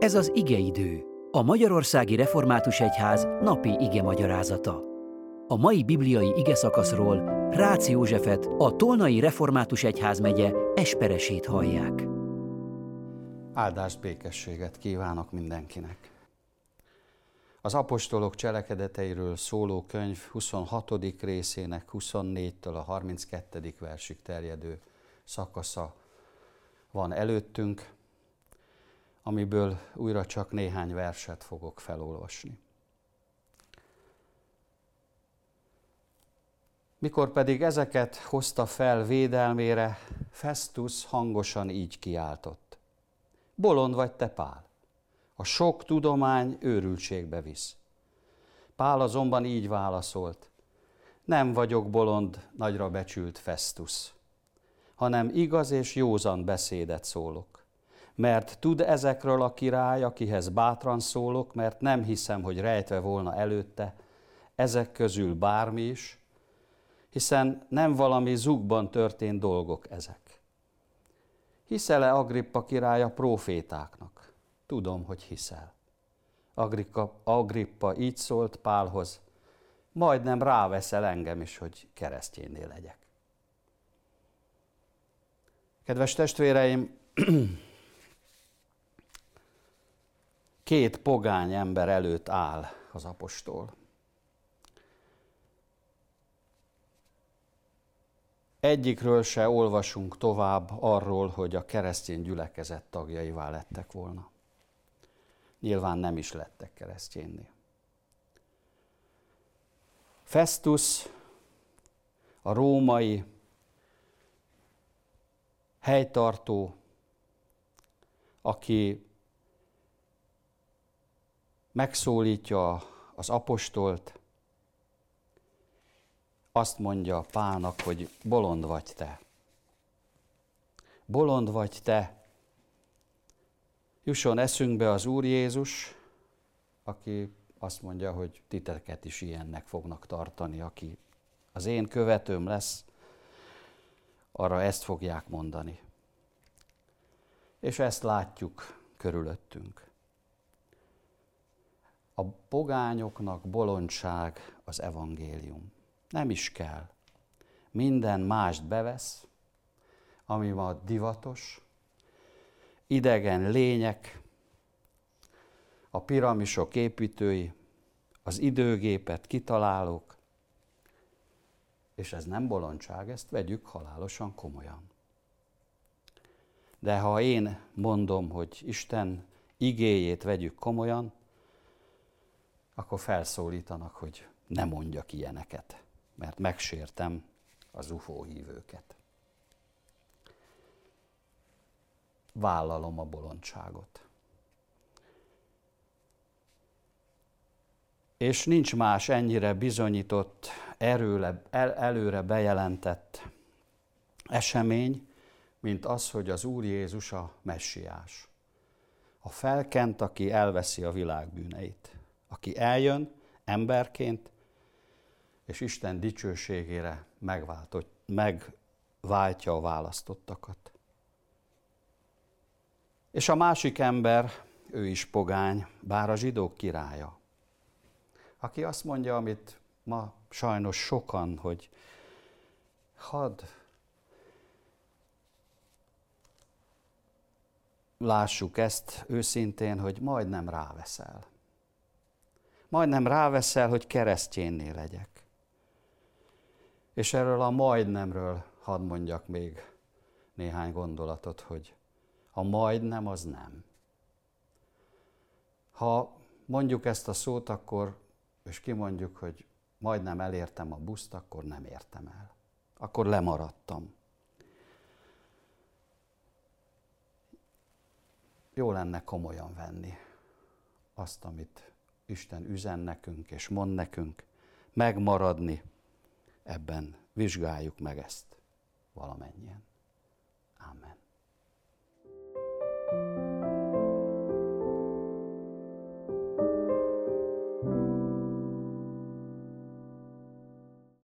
Ez az igeidő, a Magyarországi Református Egyház napi igemagyarázata. A mai bibliai igeszakaszról Rácz Józsefet, a Tolnai Református Egyházmegye esperesét hallják. Áldást, békességet kívánok mindenkinek! Az apostolok cselekedeteiről szóló könyv 26. részének 24-től a 32. versig terjedő szakasza van előttünk, amiből újra csak néhány verset fogok felolvasni. Mikor pedig ezeket hozta fel védelmére, Festus hangosan így kiáltott: Bolond vagy te, Pál! A sok tudomány őrültségbe visz. Pál azonban így válaszolt: Nem vagyok bolond, nagyra becsült Festus, hanem igaz és józan beszédet szólok. Mert tud ezekről a király, akihez bátran szólok, mert nem hiszem, hogy rejtve volna előtte ezek közül bármi is, hiszen nem valami zugban történt dolgok ezek. Hiszel-e Agrippa király a prófétáknak? Tudom, hogy hiszel. Agrippa így szólt Pálhoz: Majdnem ráveszel engem is, hogy keresztjénné legyek. Kedves testvéreim, két pogány ember előtt áll az apostol. Egyikről se olvasunk tovább arról, hogy a keresztény gyülekezet tagjaivá lettek volna. Nyilván nem is lettek keresztjénné. Festus, a római helytartó, aki megszólítja az apostolt, azt mondja Pálnak, hogy bolond vagy te. Bolond vagy te. Jusson eszünkbe az Úr Jézus, aki azt mondja, hogy titeket is ilyennek fognak tartani, aki az én követőm lesz, arra ezt fogják mondani. És ezt látjuk körülöttünk. A pogányoknak bolondság az evangélium. Nem is kell. Minden mást bevesz, ami ma divatos, idegen lények, a piramisok építői, az időgépet kitalálók, és ez nem bolondság, ezt vegyük halálosan komolyan. De ha én mondom, hogy Isten igéjét vegyük komolyan, akkor felszólítanak, hogy ne mondjak ilyeneket, mert megsértem az UFO hívőket. Vállalom a bolondságot. És nincs más ennyire bizonyított, előre bejelentett esemény, mint az, hogy az Úr Jézus a messiás. A felkent, aki elveszi a világ bűneit. Aki eljön emberként, és Isten dicsőségére megváltja a választottakat. És a másik ember, ő is pogány, bár a zsidók királya, aki azt mondja, amit ma sajnos sokan, hogy hadd lássuk ezt őszintén, hogy majdnem ráveszel. Majdnem ráveszel, hogy keresztjénné legyek. És erről a majdnemről hadd mondjak még néhány gondolatot, hogy a majdnem az nem. Ha mondjuk ezt a szót, akkor, és kimondjuk, hogy majdnem elértem a buszt, akkor nem értem el. Akkor lemaradtam. Jó lenne komolyan venni azt, amit Isten üzen nekünk és mond nekünk, megmaradni ebben, vizsgáljuk meg ezt valamennyien. Amen.